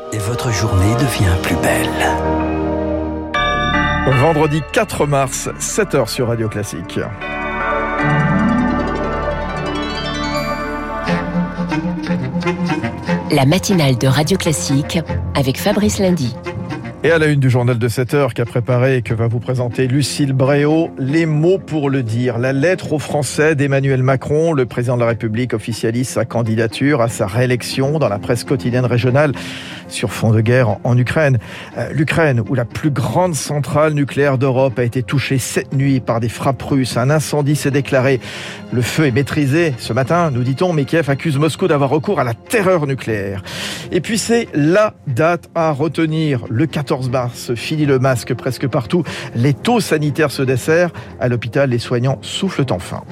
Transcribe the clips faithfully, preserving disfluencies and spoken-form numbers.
et votre journée devient plus belle. Vendredi quatre mars, sept heures sur Radio Classique. La matinale de Radio Classique avec Fabrice Lundy. Et à la une du journal de sept heures qu'a préparé et que va vous présenter Lucille Bréau, les mots pour le dire. La lettre aux Français d'Emmanuel Macron, le président de la République officialise sa candidature à sa réélection dans la presse quotidienne régionale sur fond de guerre en, en Ukraine. Euh, L'Ukraine, où la plus grande centrale nucléaire d'Europe a été touchée cette nuit par des frappes russes. Un incendie s'est déclaré. Le feu est maîtrisé ce matin, nous dit-on, mais Kiev accuse Moscou d'avoir recours à la terreur nucléaire. Et puis c'est la date à retenir, le quatorze mars, fini le masque presque partout. Les taux sanitaires se desserrent. À l'hôpital, les soignants soufflent enfin.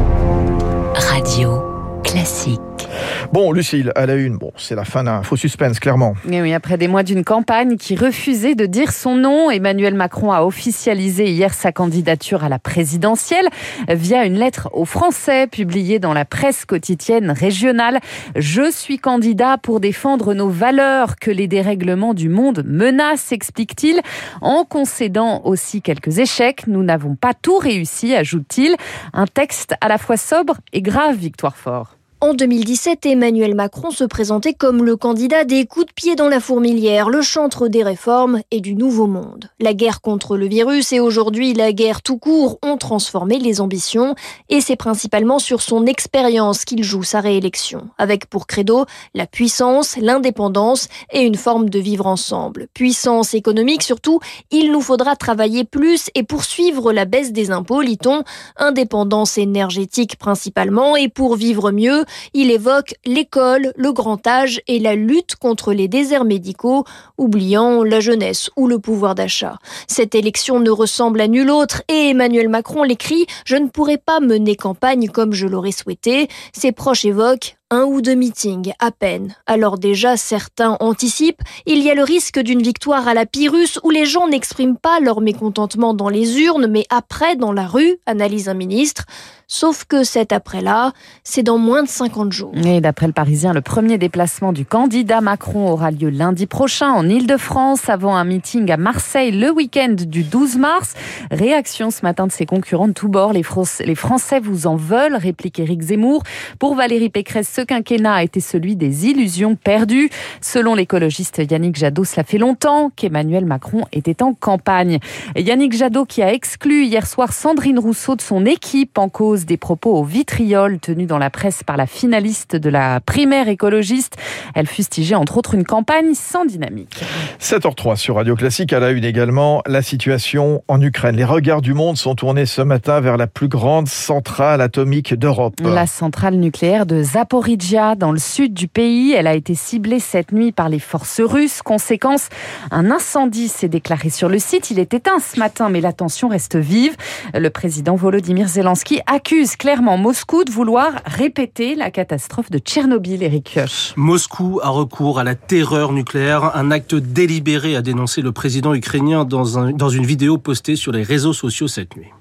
Radio Classique. Bon, Lucille, à la une, bon, c'est la fin d'un faux suspense, clairement. Et oui, après des mois d'une campagne qui refusait de dire son nom, Emmanuel Macron a officialisé hier sa candidature à la présidentielle via une lettre aux Français publiée dans la presse quotidienne régionale. « Je suis candidat pour défendre nos valeurs que les dérèglements du monde menacent », explique-t-il, en concédant aussi quelques échecs. « Nous n'avons pas tout réussi », ajoute-t-il. Un texte à la fois sobre et grave, Victoire Fort. En deux mille dix-sept, Emmanuel Macron se présentait comme le candidat des coups de pied dans la fourmilière, le chantre des réformes et du nouveau monde. La guerre contre le virus et aujourd'hui la guerre tout court ont transformé les ambitions et c'est principalement sur son expérience qu'il joue sa réélection, avec pour credo la puissance, l'indépendance et une forme de vivre ensemble. Puissance économique surtout, il nous faudra travailler plus et poursuivre la baisse des impôts, lit-on, indépendance énergétique principalement et pour vivre mieux, il évoque l'école, le grand âge et la lutte contre les déserts médicaux, oubliant la jeunesse ou le pouvoir d'achat. Cette élection ne ressemble à nulle autre et Emmanuel Macron l'écrit « Je ne pourrai pas mener campagne comme je l'aurais souhaité ». Ses proches évoquent un ou deux meetings, à peine. Alors déjà, certains anticipent, il y a le risque d'une victoire à la Pyrrhus où les gens n'expriment pas leur mécontentement dans les urnes, mais après dans la rue, analyse un ministre. Sauf que cet après-là, c'est dans moins de cinquante jours. Et d'après le Parisien, le premier déplacement du candidat Macron aura lieu lundi prochain en Ile-de-France avant un meeting à Marseille le week-end du douze mars. Réaction ce matin de ses concurrents de tous bords. Les, Fr- les Français vous en veulent, réplique Éric Zemmour. Pour Valérie Pécresse, ce quinquennat a été celui des illusions perdues. Selon l'écologiste Yannick Jadot, cela fait longtemps qu'Emmanuel Macron était en campagne. Et Yannick Jadot qui a exclu hier soir Sandrine Rousseau de son équipe en cause des propos au vitriol tenus dans la presse par la finaliste de la primaire écologiste. Elle fustigeait entre autres une campagne sans dynamique. sept heures trois sur Radio Classique, à la une également, la situation en Ukraine. Les regards du monde sont tournés ce matin vers la plus grande centrale atomique d'Europe. La centrale nucléaire de Zaporijia, dans le sud du pays. Elle a été ciblée cette nuit par les forces russes. Conséquence, un incendie s'est déclaré sur le site. Il est éteint ce matin, mais la tension reste vive. Le président Volodymyr Zelensky accuse clairement Moscou de vouloir répéter la catastrophe de Tchernobyl, Éric Kioch. Moscou a recours à la terreur nucléaire, un acte délibéré, a dénoncé le président ukrainien dans, un, dans une vidéo postée sur les réseaux sociaux cette nuit.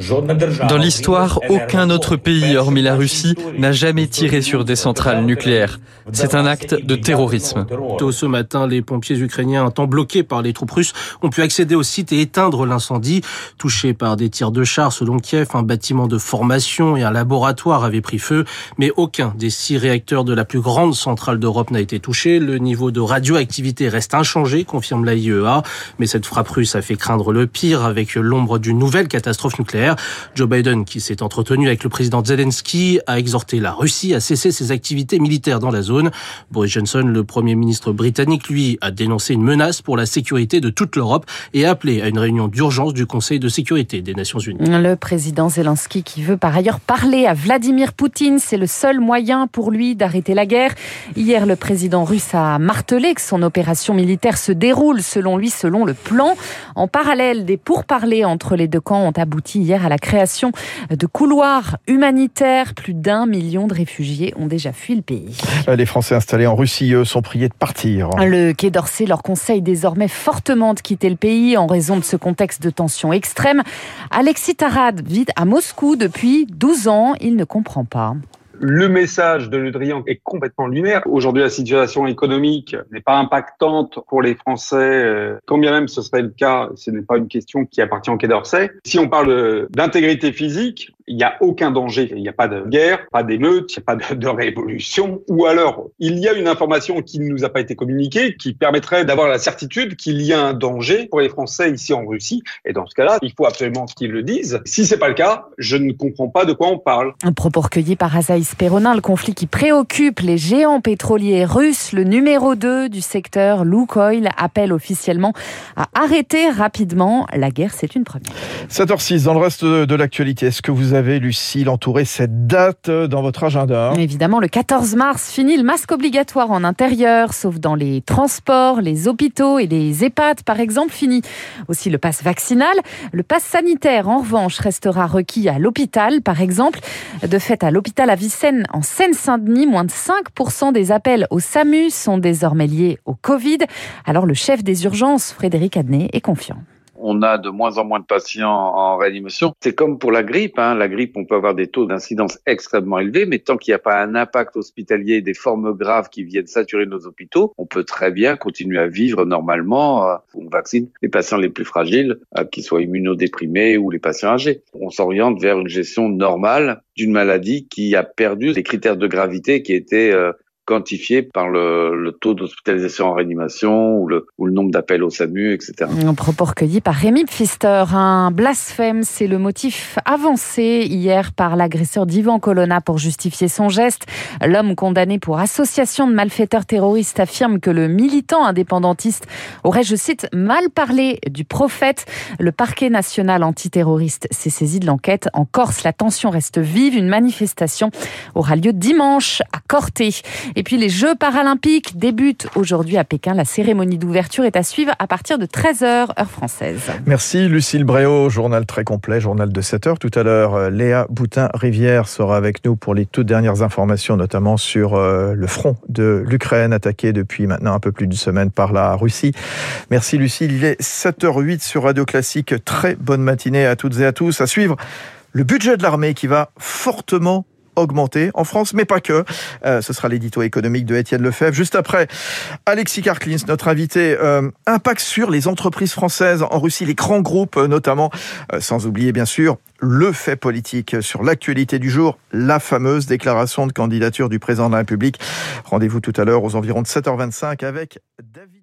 Dans l'histoire, aucun autre pays, hormis la Russie, n'a jamais tiré sur des centrales nucléaires. C'est un acte de terrorisme. Tôt ce matin, les pompiers ukrainiens, un temps bloqués par les troupes russes, ont pu accéder au site et éteindre l'incendie. Touché par des tirs de chars, selon Kiev, un bâtiment de formation et un laboratoire avaient pris feu. Mais aucun des six réacteurs de la plus grande centrale d'Europe n'a été touché. Le niveau de radioactivité reste inchangé, confirme l'A I E A. Mais cette frappe russe a fait craindre le pire avec l'ombre d'une nouvelle catastrophe nucléaire. Joe Biden, qui s'est entretenu avec le président Zelensky, a exhorté la Russie à cesser ses activités militaires dans la zone. Boris Johnson, le Premier ministre britannique, lui, a dénoncé une menace pour la sécurité de toute l'Europe et a appelé à une réunion d'urgence du Conseil de sécurité des Nations Unies. Le président Zelensky qui veut par ailleurs parler à Vladimir Poutine, c'est le seul moyen pour lui d'arrêter la guerre. Hier, le président russe a martelé que son opération militaire se déroule selon lui, selon le plan. En parallèle, des pourparlers entre les deux camps ont abouti hier à la création de couloirs humanitaires. Plus d'un million de réfugiés ont déjà fui le pays. Les Français installés en Russie, eux, sont priés de partir. Le Quai d'Orsay leur conseille désormais fortement de quitter le pays en raison de ce contexte de tension extrême. Alexis Tarade vit à Moscou depuis douze ans. Il ne comprend pas. Le message de Le Drian est complètement lunaire. Aujourd'hui, la situation économique n'est pas impactante pour les Français. Quand bien même ce serait le cas, ce n'est pas une question qui appartient au Quai d'Orsay. Si on parle d'intégrité physique, il n'y a aucun danger. Il n'y a pas de guerre, pas d'émeute, il n'y a pas de, de révolution. Ou alors, il y a une information qui ne nous a pas été communiquée, qui permettrait d'avoir la certitude qu'il y a un danger pour les Français ici en Russie. Et dans ce cas-là, il faut absolument qu'ils le disent. Si c'est pas le cas, je ne comprends pas de quoi on parle. Un propos recueilli par Azaïs Peronin, le conflit qui préoccupe les géants pétroliers russes. Le numéro deux du secteur, Lukoil, appelle officiellement à arrêter rapidement. La guerre, c'est une première. sept heures six, dans le reste de l'actualité, est-ce que vous avez, Lucille, entouré cette date dans votre agenda ? Évidemment, le quatorze mars, fini le masque obligatoire en intérieur, sauf dans les transports, les hôpitaux et les EHPAD, par exemple. Fini aussi le pass vaccinal. Le pass sanitaire, en revanche, restera requis à l'hôpital, par exemple. De fait, à l'hôpital Avicenne, en Seine-Saint-Denis, moins de cinq pour cent des appels au SAMU sont désormais liés au Covid. Alors, le chef des urgences, Frédéric Adnet, est confiant. On a de moins en moins de patients en réanimation. C'est comme pour la grippe. Hein. La grippe, on peut avoir des taux d'incidence extrêmement élevés, mais tant qu'il n'y a pas un impact hospitalier, des formes graves qui viennent saturer nos hôpitaux, on peut très bien continuer à vivre normalement. On vaccine les patients les plus fragiles, qu'ils soient immunodéprimés ou les patients âgés. On s'oriente vers une gestion normale d'une maladie qui a perdu les critères de gravité qui étaient euh, quantifié par le, le taux d'hospitalisation en réanimation ou le, ou le nombre d'appels au SAMU, et cetera. Un propos recueilli par Rémi Pfister. Un blasphème, c'est le motif avancé hier par l'agresseur d'Ivan Colonna pour justifier son geste. L'homme condamné pour association de malfaiteurs terroristes affirme que le militant indépendantiste aurait, je cite, mal parlé du prophète. Le parquet national antiterroriste s'est saisi de l'enquête. En Corse, la tension reste vive. Une manifestation aura lieu dimanche à Corté. Et puis les Jeux paralympiques débutent aujourd'hui à Pékin. La cérémonie d'ouverture est à suivre à partir de treize heures, heure française. Merci Lucille Bréau, journal très complet, journal de sept heures. Tout à l'heure, Léa Boutin-Rivière sera avec nous pour les toutes dernières informations, notamment sur le front de l'Ukraine, attaqué depuis maintenant un peu plus d'une semaine par la Russie. Merci Lucille, il est sept heures huit sur Radio Classique. Très bonne matinée à toutes et à tous. À suivre, le budget de l'armée qui va fortement augmenter en France, mais pas que. Euh, ce sera l'édito économique de Étienne Lefebvre. Juste après, Alexis Karklins, notre invité. Euh, impact sur les entreprises françaises en Russie, les grands groupes notamment, euh, sans oublier bien sûr le fait politique sur l'actualité du jour, la fameuse déclaration de candidature du président de la République. Rendez-vous tout à l'heure aux environs de sept heures vingt-cinq avec David.